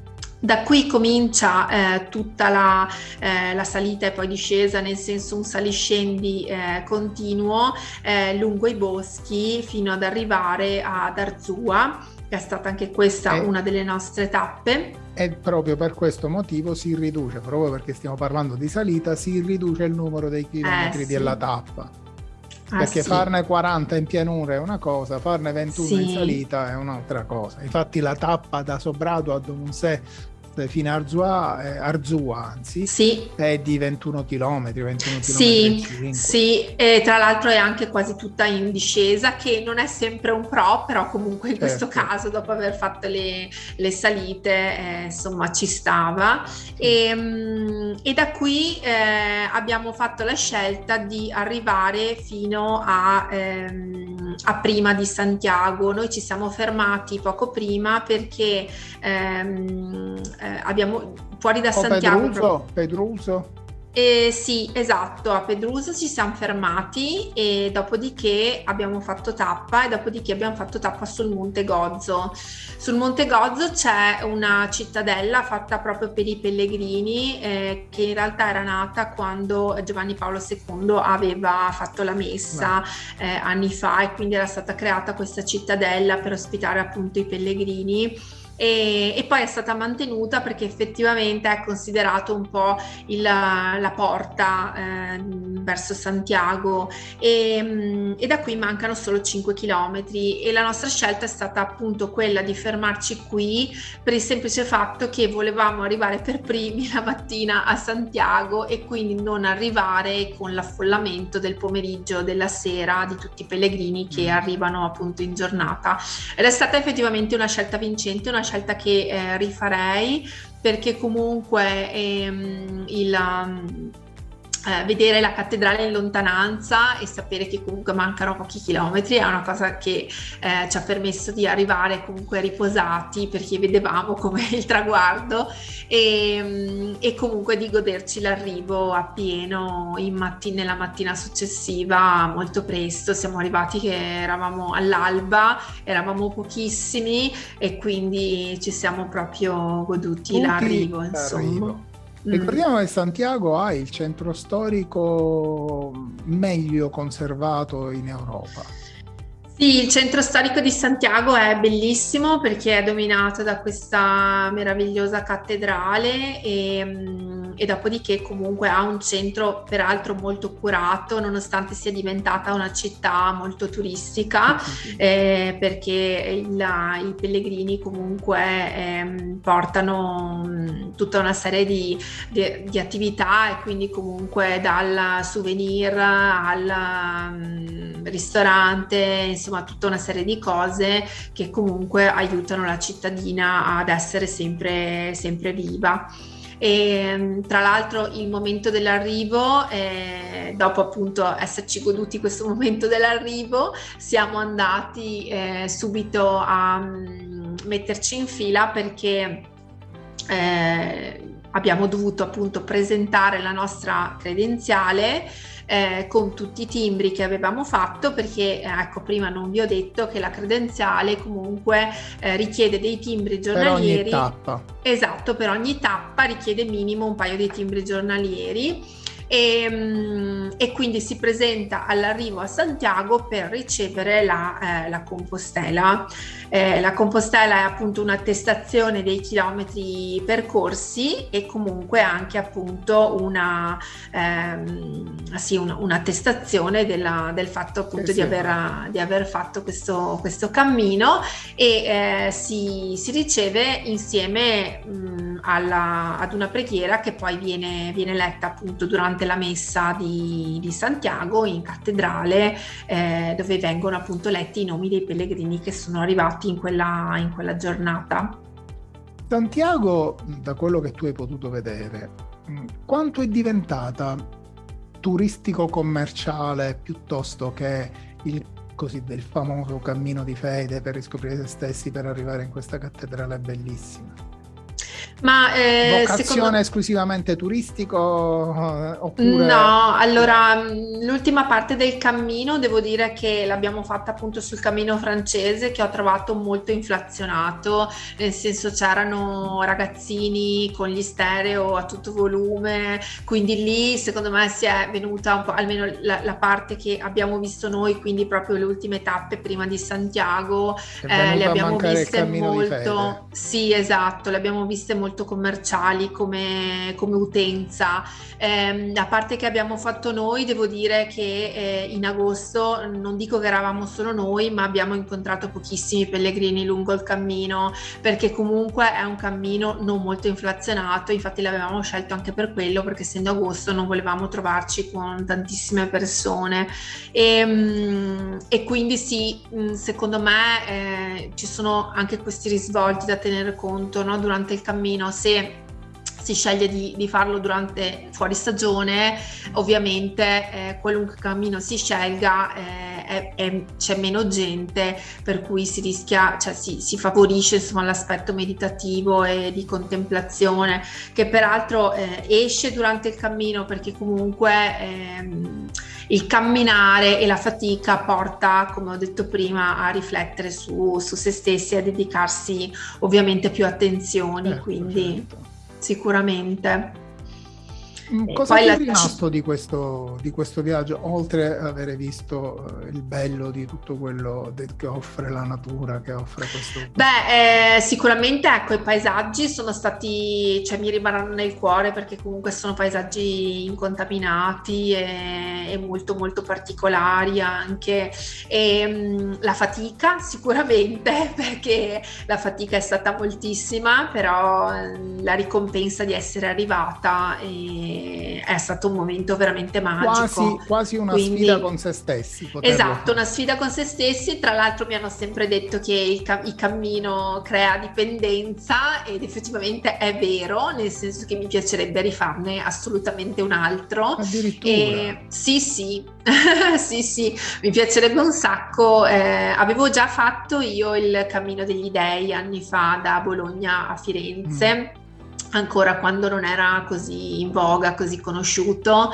[SPEAKER 3] Da qui comincia eh, tutta la, eh, la salita e poi discesa, nel senso un saliscendi eh, continuo eh, lungo i boschi fino ad arrivare ad Arzua, che è stata anche questa
[SPEAKER 2] E,
[SPEAKER 3] una delle nostre tappe.
[SPEAKER 2] e proprio per questo motivo si riduce, proprio perché stiamo parlando di salita, si riduce il numero dei
[SPEAKER 3] Eh
[SPEAKER 2] chilometri
[SPEAKER 3] sì,
[SPEAKER 2] della tappa.
[SPEAKER 3] ah
[SPEAKER 2] Perché
[SPEAKER 3] sì,
[SPEAKER 2] farne quaranta in pianura è una cosa, farne ventuno in
[SPEAKER 3] sì.
[SPEAKER 2] salita è un'altra cosa. Infatti la tappa da Sobrado a Domusè fino a Arzua, eh, Arzua anzi,
[SPEAKER 3] Sì,
[SPEAKER 2] è di ventuno chilometri, ventuno chilometri e
[SPEAKER 3] sì,
[SPEAKER 2] cinque.
[SPEAKER 3] sì, e tra l'altro è anche quasi tutta in discesa, che non è sempre un pro, però comunque in questo
[SPEAKER 2] Certo,
[SPEAKER 3] caso, dopo aver fatto le, le salite, eh, insomma, ci stava.
[SPEAKER 2] sì.
[SPEAKER 3] E, mm, e da qui eh, abbiamo fatto la scelta di arrivare fino a, ehm, a prima di Santiago. Noi ci siamo fermati poco prima perché ehm, eh, abbiamo fuori da
[SPEAKER 2] O
[SPEAKER 3] Santiago.
[SPEAKER 2] Pedruso, Pedruso.
[SPEAKER 3] Eh, sì, esatto, a Pedruso ci siamo fermati e dopodiché abbiamo fatto tappa e dopodiché abbiamo fatto tappa sul Monte Gozzo. Sul Monte Gozzo c'è una cittadella fatta proprio per i pellegrini eh, che in realtà era nata quando Giovanni Paolo secondo aveva fatto la messa eh, anni fa e quindi era stata creata questa cittadella per ospitare appunto i pellegrini. E, e poi è stata mantenuta perché effettivamente è considerato un po' il, la porta eh, verso Santiago e, e da qui mancano solo cinque chilometri e la nostra scelta è stata appunto quella di fermarci qui per il semplice fatto che volevamo arrivare per primi la mattina a Santiago e quindi non arrivare con l'affollamento del pomeriggio, della sera di tutti i pellegrini che arrivano appunto in giornata. Ed è stata effettivamente una scelta vincente, una scelta che eh, rifarei perché comunque ehm, il um, eh, vedere la cattedrale in lontananza e sapere che comunque mancano pochi chilometri è una cosa che eh, ci ha permesso di arrivare comunque riposati perché vedevamo come il traguardo e, e comunque di goderci l'arrivo appieno in matti- nella mattina successiva molto presto. Siamo arrivati che eravamo all'alba, eravamo pochissimi e quindi ci siamo proprio goduti
[SPEAKER 2] Tutti
[SPEAKER 3] l'arrivo, insomma.
[SPEAKER 2] l'arrivo.
[SPEAKER 3] Mm.
[SPEAKER 2] Ricordiamo che Santiago ha il centro storico meglio conservato in Europa.
[SPEAKER 3] Sì, il centro storico di Santiago è bellissimo perché è dominato da questa meravigliosa cattedrale e, e dopodiché comunque ha un centro peraltro molto curato, nonostante sia diventata una città molto turistica, eh, perché il, i pellegrini comunque ehm, portano mh, tutta una serie di, di, di attività, e quindi comunque dal souvenir al um, ristorante, insomma tutta una serie di cose che comunque aiutano la cittadina ad essere sempre, sempre viva. E tra l'altro il momento dell'arrivo, eh, dopo appunto esserci goduti questo momento dell'arrivo, siamo andati eh, subito a um, metterci in fila, perché eh, abbiamo dovuto appunto presentare la nostra credenziale Eh, con tutti i timbri che avevamo fatto, perché eh, ecco, prima non vi ho detto che la credenziale comunque eh, richiede dei timbri giornalieri.
[SPEAKER 2] Per ogni tappa.
[SPEAKER 3] Esatto, per ogni tappa richiede minimo un paio di timbri giornalieri. E, e quindi si presenta all'arrivo a Santiago per ricevere la, eh, la compostela. Eh, la compostela è appunto un'attestazione dei chilometri percorsi, e comunque anche appunto una ehm, sì, un, un'attestazione della, del fatto appunto eh sì, di, aver, di aver fatto questo, questo cammino, e eh, si, si riceve insieme mh, alla, ad una preghiera che poi viene, viene letta appunto durante la messa di, di Santiago in cattedrale, eh, dove vengono appunto letti i nomi dei pellegrini che sono arrivati in quella, in quella giornata.
[SPEAKER 2] Santiago, da quello che tu hai potuto vedere, quanto è diventata turistico-commerciale piuttosto che il così del famoso cammino di fede per riscoprire se stessi, per arrivare in questa cattedrale bellissima?
[SPEAKER 3] Ma eh,
[SPEAKER 2] vocazione
[SPEAKER 3] secondo...
[SPEAKER 2] esclusivamente turistico oppure...
[SPEAKER 3] No, allora l'ultima parte del cammino devo dire che l'abbiamo fatta appunto sul cammino francese, che ho trovato molto inflazionato, nel senso c'erano ragazzini con gli stereo a tutto volume, quindi lì secondo me si è venuta un po', almeno la, la parte che abbiamo visto noi, quindi proprio le ultime tappe prima di Santiago, eh, le abbiamo viste molto, sì esatto, le abbiamo viste molto molto commerciali come, come utenza. Eh, a parte che abbiamo fatto noi, devo dire che eh, in agosto non dico che eravamo solo noi, ma abbiamo incontrato pochissimi pellegrini lungo il cammino, perché comunque è un cammino non molto inflazionato, infatti l'avevamo scelto anche per quello, perché essendo agosto non volevamo trovarci con tantissime persone, e, e quindi sì, secondo me eh, ci sono anche questi risvolti da tenere conto, no? Durante il cammino, se si sceglie di, di farlo durante fuori stagione, ovviamente eh, qualunque cammino si scelga eh, è, è, c'è meno gente, per cui si rischia, cioè si, si favorisce insomma l'aspetto meditativo e di contemplazione, che peraltro eh, esce durante il cammino, perché comunque ehm, il camminare e la fatica porta, come ho detto prima, a riflettere su, su se stessi, a dedicarsi ovviamente più attenzioni, eh, quindi certo. Sicuramente.
[SPEAKER 2] Cosa ti è rimasto di questo, di questo viaggio, oltre ad avere visto il bello di tutto quello che offre la natura, che offre questo?
[SPEAKER 3] Beh, eh, sicuramente ecco, i paesaggi sono stati, cioè mi rimarranno nel cuore, perché comunque sono paesaggi incontaminati e, e molto molto particolari anche, e mh, la fatica sicuramente, perché la fatica è stata moltissima, però la ricompensa di essere arrivata e è stato un momento veramente magico,
[SPEAKER 2] quasi, quasi una Quindi, sfida con se stessi,
[SPEAKER 3] esatto,
[SPEAKER 2] fare.
[SPEAKER 3] Una sfida con se stessi. Tra l'altro mi hanno sempre detto che il, ca- il cammino crea dipendenza, ed effettivamente è vero, nel senso che mi piacerebbe rifarne assolutamente un altro.
[SPEAKER 2] Addirittura
[SPEAKER 3] e, sì sì sì sì mi piacerebbe un sacco. eh, avevo già fatto io il Cammino degli Dei anni fa, da Bologna a Firenze, mm. ancora quando non era così in voga, così conosciuto,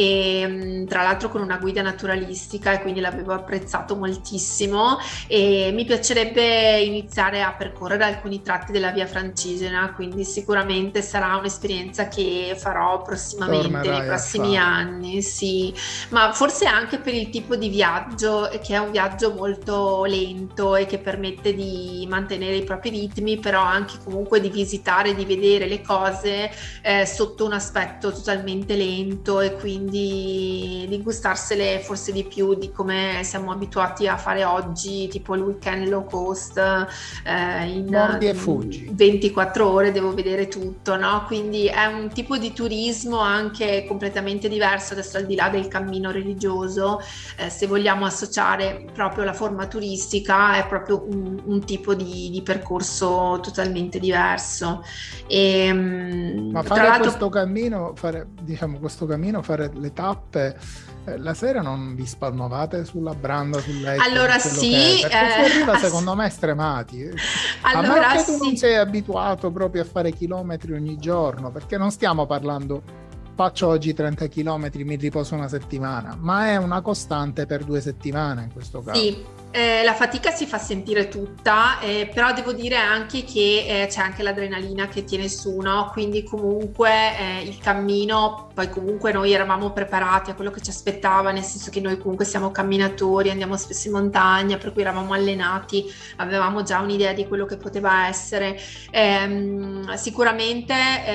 [SPEAKER 3] e tra l'altro con una guida naturalistica, e quindi l'avevo apprezzato moltissimo, e mi piacerebbe iniziare a percorrere alcuni tratti della Via Francigena, quindi sicuramente sarà un'esperienza che farò prossimamente,
[SPEAKER 2] Tornerai
[SPEAKER 3] nei prossimi anni, sì, ma forse anche per il tipo di viaggio, che è un viaggio molto lento e che permette di mantenere i propri ritmi, però anche comunque di visitare, di vedere le cose eh, sotto un aspetto totalmente lento, e quindi di gustarsele forse di più di come siamo abituati a fare oggi, tipo il weekend low cost, eh, in
[SPEAKER 2] Mordi e fuggi.
[SPEAKER 3] ventiquattro ore devo vedere tutto, no? Quindi è un tipo di turismo anche completamente diverso, adesso al di là del cammino religioso, eh, se vogliamo associare proprio la forma turistica, è proprio un, un tipo di, di percorso totalmente diverso. E,
[SPEAKER 2] ma
[SPEAKER 3] tra
[SPEAKER 2] fare
[SPEAKER 3] l'altro,
[SPEAKER 2] questo cammino, fare diciamo questo cammino, fare le tappe, eh, la sera non vi spalmovate sulla branda, sul letto?
[SPEAKER 3] Allora sì,
[SPEAKER 2] perché
[SPEAKER 3] eh,
[SPEAKER 2] si arriva
[SPEAKER 3] ass-
[SPEAKER 2] secondo me stremati.
[SPEAKER 3] allora
[SPEAKER 2] A meno che tu
[SPEAKER 3] sì.
[SPEAKER 2] non sei abituato proprio a fare chilometri ogni giorno, perché non stiamo parlando faccio oggi trenta chilometri, mi riposo una settimana, ma è una costante per due settimane in questo caso.
[SPEAKER 3] Sì, eh, la fatica si fa sentire tutta, eh, però devo dire anche che eh, c'è anche l'adrenalina che tiene su, no? Quindi comunque eh, il cammino, poi comunque noi eravamo preparati a quello che ci aspettava, nel senso che noi comunque siamo camminatori, andiamo spesso in montagna, per cui eravamo allenati, avevamo già un'idea di quello che poteva essere. Ehm, sicuramente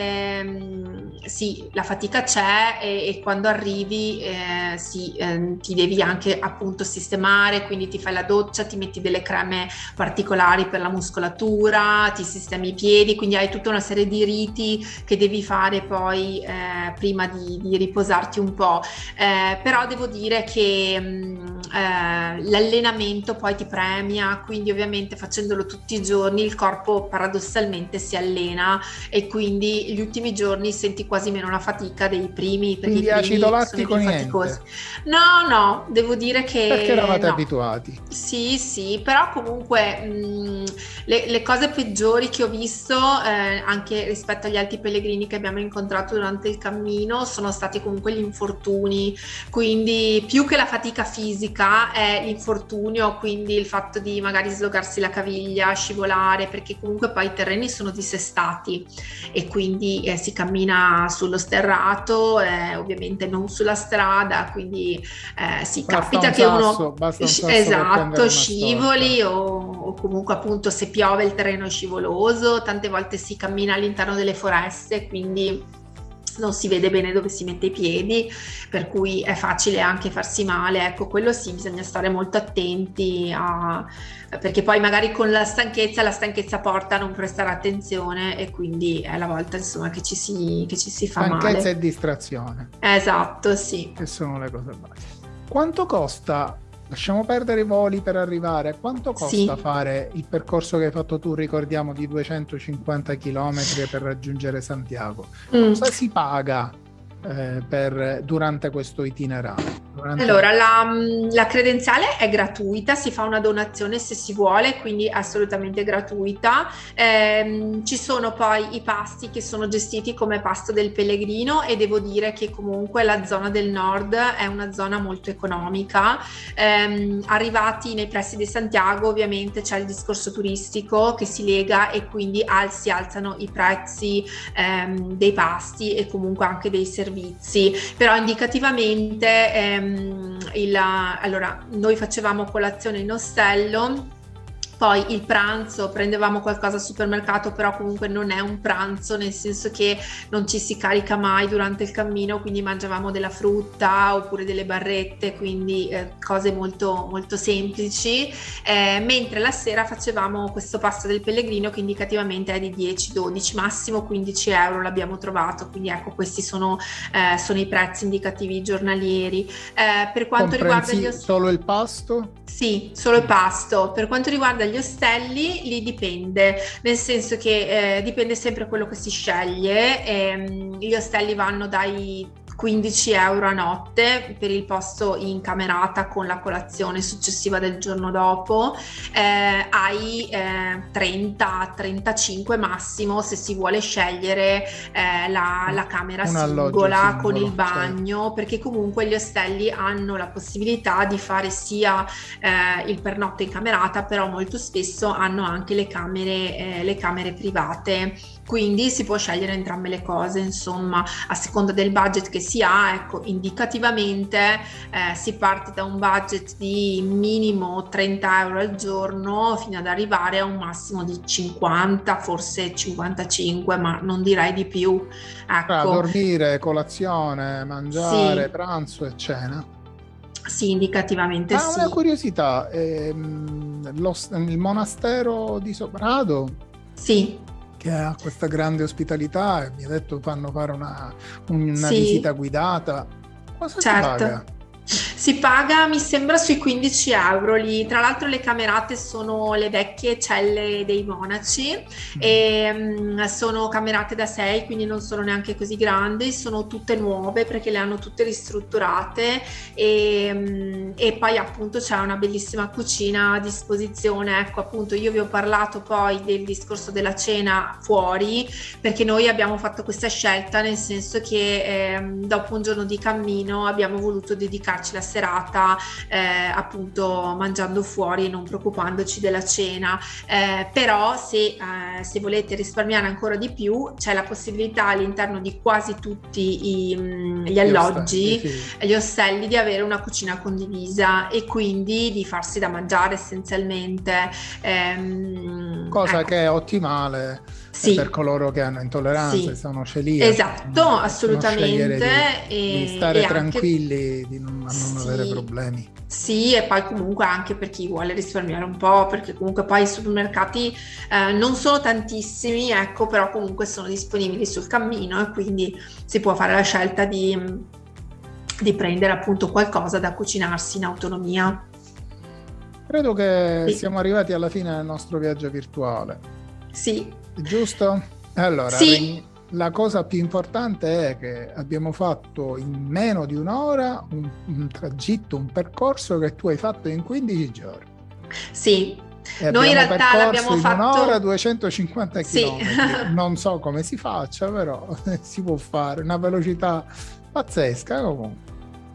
[SPEAKER 3] ehm, sì, la fatica c'è, e, e quando arrivi eh, sì, eh, ti devi anche appunto sistemare, quindi ti fai la doccia, ti metti delle creme particolari per la muscolatura, ti sistemi i piedi, quindi hai tutta una serie di riti che devi fare poi eh, prima di, di riposarti un po', eh, però devo dire che mh, eh, l'allenamento poi ti premia, quindi ovviamente facendolo tutti i giorni il corpo paradossalmente si allena, e quindi gli ultimi giorni senti quasi meno la fatica dei primi, perché
[SPEAKER 2] Quindi
[SPEAKER 3] i primi
[SPEAKER 2] acido lattico
[SPEAKER 3] sono i più
[SPEAKER 2] niente?
[SPEAKER 3] faticosi. No, no, devo dire che
[SPEAKER 2] Perché eravate
[SPEAKER 3] no.
[SPEAKER 2] abituati?
[SPEAKER 3] Sì, sì, però comunque mh, le, le cose peggiori che ho visto eh, anche rispetto agli altri pellegrini che abbiamo incontrato durante il cammino sono stati comunque gli infortuni, quindi più che la fatica fisica è l'infortunio, quindi il fatto di magari slogarsi la caviglia, scivolare, perché comunque poi i terreni sono dissestati e quindi eh, si cammina sullo sterrato, eh, ovviamente non sulla strada, quindi eh, si
[SPEAKER 2] Basta
[SPEAKER 3] capita
[SPEAKER 2] un
[SPEAKER 3] che
[SPEAKER 2] sasso,
[SPEAKER 3] uno
[SPEAKER 2] basta un sasso per
[SPEAKER 3] esatto,
[SPEAKER 2] prendere una
[SPEAKER 3] scivoli
[SPEAKER 2] storta.
[SPEAKER 3] o, o comunque appunto se piove il terreno è scivoloso, tante volte si cammina all'interno delle foreste, quindi non si vede bene dove si mette i piedi, per cui è facile anche farsi male. Ecco, quello sì, bisogna stare molto attenti a, perché poi magari con la stanchezza, la stanchezza porta a non prestare attenzione, e quindi è la volta insomma che ci si, che ci si fa male.
[SPEAKER 2] Stanchezza e distrazione.
[SPEAKER 3] Esatto, sì.
[SPEAKER 2] Che sono le cose basi. Quanto costa? Lasciamo perdere i voli per arrivare. Quanto costa
[SPEAKER 3] Sì.
[SPEAKER 2] fare il percorso che hai fatto tu, ricordiamo, di duecentocinquanta chilometri per raggiungere Santiago?
[SPEAKER 3] Mm.
[SPEAKER 2] Cosa si paga eh, per, durante questo itinerario? Durante...
[SPEAKER 3] Allora, la, la credenziale è gratuita, si fa una donazione se si vuole, quindi è assolutamente gratuita. Ehm, ci sono poi i pasti che sono gestiti come pasto del pellegrino, e devo dire che comunque la zona del nord è una zona molto economica. Ehm, arrivati nei pressi di Santiago ovviamente c'è il discorso turistico che si lega, e quindi al, si alzano i prezzi ehm, dei pasti e comunque anche dei servizi, però indicativamente ehm, il, allora noi facevamo colazione in ostello, poi il pranzo prendevamo qualcosa al supermercato, però comunque non è un pranzo, nel senso che non ci si carica mai durante il cammino, quindi mangiavamo della frutta oppure delle barrette, quindi eh, cose molto molto semplici, eh, mentre la sera facevamo questo pasto del pellegrino che indicativamente è di dieci dodici, massimo quindici euro l'abbiamo trovato, quindi ecco, questi sono, eh, sono i prezzi indicativi giornalieri. Eh, per quanto riguarda gli ostelli,
[SPEAKER 2] solo il pasto?
[SPEAKER 3] Sì, solo il pasto. Per quanto riguarda gli ostelli, lì dipende, nel senso che eh, dipende sempre quello che si sceglie. Ehm, gli ostelli vanno dai quindici euro a notte per il posto in camerata con la colazione successiva del giorno dopo, eh, ai eh, trenta trentacinque massimo se si vuole scegliere eh, la, la camera singola,
[SPEAKER 2] singola
[SPEAKER 3] con il bagno, certo. Perché comunque gli ostelli hanno la possibilità di fare sia eh, il pernotto in camerata, però molto spesso hanno anche le camere, eh, le camere private, quindi si può scegliere entrambe le cose, insomma, a seconda del budget che si ha, ecco, indicativamente eh, si parte da un budget di minimo trenta euro al giorno fino ad arrivare a un massimo di cinquanta, forse cinquantacinque, ma non direi di più. Ecco.
[SPEAKER 2] Tra dormire, colazione, mangiare,
[SPEAKER 3] Sì.
[SPEAKER 2] pranzo e cena.
[SPEAKER 3] Sì, indicativamente
[SPEAKER 2] Ah,
[SPEAKER 3] sì.
[SPEAKER 2] una curiosità, ehm, lo- il monastero di Soprado,
[SPEAKER 3] Sì.
[SPEAKER 2] che ha questa grande ospitalità, e mi ha detto fanno fare una, una
[SPEAKER 3] Sì.
[SPEAKER 2] visita guidata, cosa
[SPEAKER 3] Certo.
[SPEAKER 2] si paga?
[SPEAKER 3] Si paga, mi sembra, sui quindici euro lì. Tra l'altro le camerate sono le vecchie celle dei monaci e mm, sono camerate da sei, quindi non sono neanche così grandi, sono tutte nuove perché le hanno tutte ristrutturate e, mm, e poi appunto c'è una bellissima cucina a disposizione. Ecco, appunto io vi ho parlato poi del discorso della cena fuori, perché noi abbiamo fatto questa scelta, nel senso che ehm, dopo un giorno di cammino abbiamo voluto dedicarci la serata eh, appunto mangiando fuori e non preoccupandoci della cena, eh, però se, eh, se volete risparmiare ancora di più c'è la possibilità all'interno di quasi tutti i, mh, gli alloggi,
[SPEAKER 2] Gli ostelli,
[SPEAKER 3] gli ostelli, di avere una cucina condivisa e quindi di farsi da mangiare essenzialmente, ehm,
[SPEAKER 2] cosa
[SPEAKER 3] ecco.
[SPEAKER 2] che è ottimale.
[SPEAKER 3] Sì.
[SPEAKER 2] Per coloro che hanno intolleranze,
[SPEAKER 3] Sì.
[SPEAKER 2] sono celiaci,
[SPEAKER 3] Esatto,
[SPEAKER 2] possono
[SPEAKER 3] assolutamente,
[SPEAKER 2] scegliere di,
[SPEAKER 3] e,
[SPEAKER 2] di stare
[SPEAKER 3] e anche-
[SPEAKER 2] tranquilli, di non, a non
[SPEAKER 3] Sì.
[SPEAKER 2] avere problemi.
[SPEAKER 3] Sì, e poi comunque anche per chi vuole risparmiare un po', perché comunque poi i supermercati eh, non sono tantissimi, ecco, però comunque sono disponibili sul cammino e quindi si può fare la scelta di, di prendere appunto qualcosa da cucinarsi in autonomia.
[SPEAKER 2] Credo che
[SPEAKER 3] Sì.
[SPEAKER 2] siamo arrivati alla fine del nostro viaggio virtuale,
[SPEAKER 3] Sì,
[SPEAKER 2] giusto? Allora,
[SPEAKER 3] Sì.
[SPEAKER 2] la cosa più importante è che abbiamo fatto in meno di un'ora un, un tragitto, un percorso che tu hai fatto in quindici giorni.
[SPEAKER 3] sì.
[SPEAKER 2] E
[SPEAKER 3] Noi in
[SPEAKER 2] abbiamo
[SPEAKER 3] realtà
[SPEAKER 2] percorso
[SPEAKER 3] l'abbiamo
[SPEAKER 2] in
[SPEAKER 3] fatto-
[SPEAKER 2] un'ora duecentocinquanta
[SPEAKER 3] Sì.
[SPEAKER 2] chilometri. Non so come si faccia, però si può fare. Una velocità pazzesca comunque.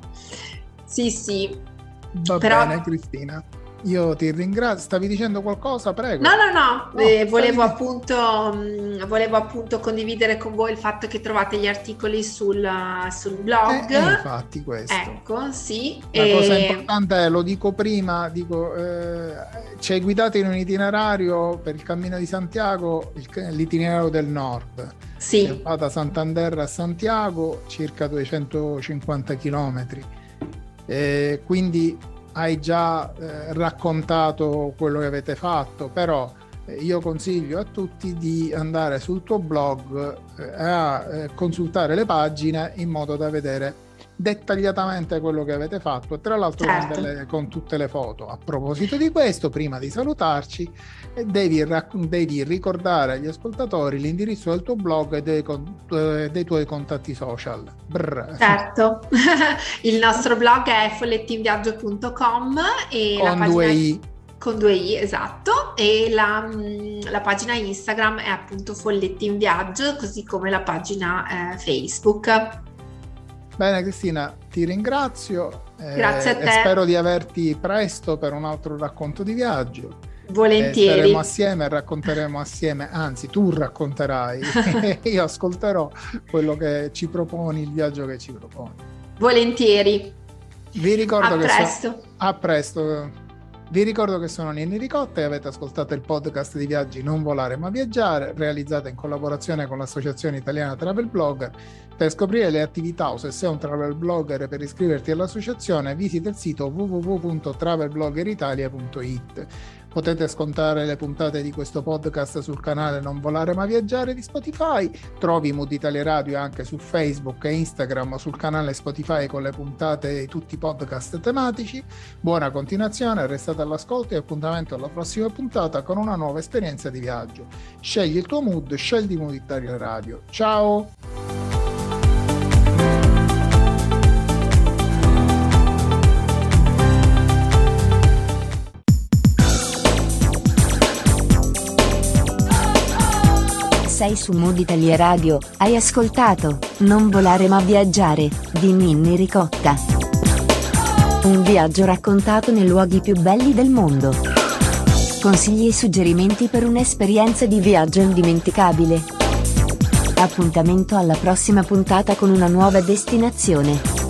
[SPEAKER 3] Sì, sì.
[SPEAKER 2] Va
[SPEAKER 3] Però-
[SPEAKER 2] bene, Cristina. Io ti ringrazio. Stavi dicendo qualcosa? Prego.
[SPEAKER 3] No, no, no,
[SPEAKER 2] No,
[SPEAKER 3] eh, volevo,
[SPEAKER 2] stavi-
[SPEAKER 3] appunto, mh, volevo appunto condividere con voi il fatto che trovate gli articoli sul, sul blog.
[SPEAKER 2] Eh, eh, infatti questo.
[SPEAKER 3] Ecco, sì.
[SPEAKER 2] La
[SPEAKER 3] e-
[SPEAKER 2] cosa importante è, lo dico prima, dico, eh, ci hai guidato in un itinerario per il Cammino di Santiago, il- l'itinerario del nord.
[SPEAKER 3] Sì,
[SPEAKER 2] Che va da Santander a Santiago, circa duecentocinquanta chilometri. Eh, quindi hai già eh, raccontato quello che avete fatto, però eh, io consiglio a tutti di andare sul tuo blog eh, a eh, consultare le pagine in modo da vedere dettagliatamente quello che avete fatto, tra l'altro
[SPEAKER 3] Certo.
[SPEAKER 2] con, delle- con tutte le foto. A proposito di questo, prima di salutarci, eh, devi, rac- devi ricordare agli ascoltatori l'indirizzo del tuo blog e dei, con- eh, dei tuoi contatti social. Brr.
[SPEAKER 3] certo. Il nostro blog è follettinviaggio punto com e la
[SPEAKER 2] Con
[SPEAKER 3] pagina
[SPEAKER 2] due i.
[SPEAKER 3] con due i, esatto, e la, mh, la pagina Instagram è appunto Folletti in Viaggio, così come la pagina eh, Facebook.
[SPEAKER 2] Bene Cristina, ti ringrazio. eh,
[SPEAKER 3] Grazie a te.
[SPEAKER 2] E spero di averti presto per un altro racconto di viaggio. Eh,
[SPEAKER 3] Volentieri.
[SPEAKER 2] staremo assieme e racconteremo assieme, anzi tu racconterai e io ascolterò quello che ci proponi, il viaggio che ci proponi.
[SPEAKER 3] Volentieri.
[SPEAKER 2] Vi ricordo
[SPEAKER 3] A
[SPEAKER 2] che so-
[SPEAKER 3] presto.
[SPEAKER 2] a presto. Vi ricordo che sono Ninni Ricotta e avete ascoltato il podcast di viaggi Non volare ma viaggiare, realizzato in collaborazione con l'Associazione Italiana Travel Blogger. Per scoprire le attività o se sei un travel blogger e per iscriverti all'associazione visita il sito w w w punto travel blogger italia punto i t. Potete scontare le puntate di questo podcast sul canale Non volare ma viaggiare di Spotify. Trovi Mood Italia Radio anche su Facebook e Instagram, sul canale Spotify con le puntate di tutti i podcast tematici. Buona continuazione, restate all'ascolto e appuntamento alla prossima puntata con una nuova esperienza di viaggio. Scegli il tuo mood, scegli Mood Italia Radio. Ciao!
[SPEAKER 1] Sei su Mood Italia Radio, hai ascoltato Non volare ma viaggiare di Ninni Ricotta. Un viaggio raccontato nei luoghi più belli del mondo. Consigli e suggerimenti per un'esperienza di viaggio indimenticabile. Appuntamento alla prossima puntata con una nuova destinazione.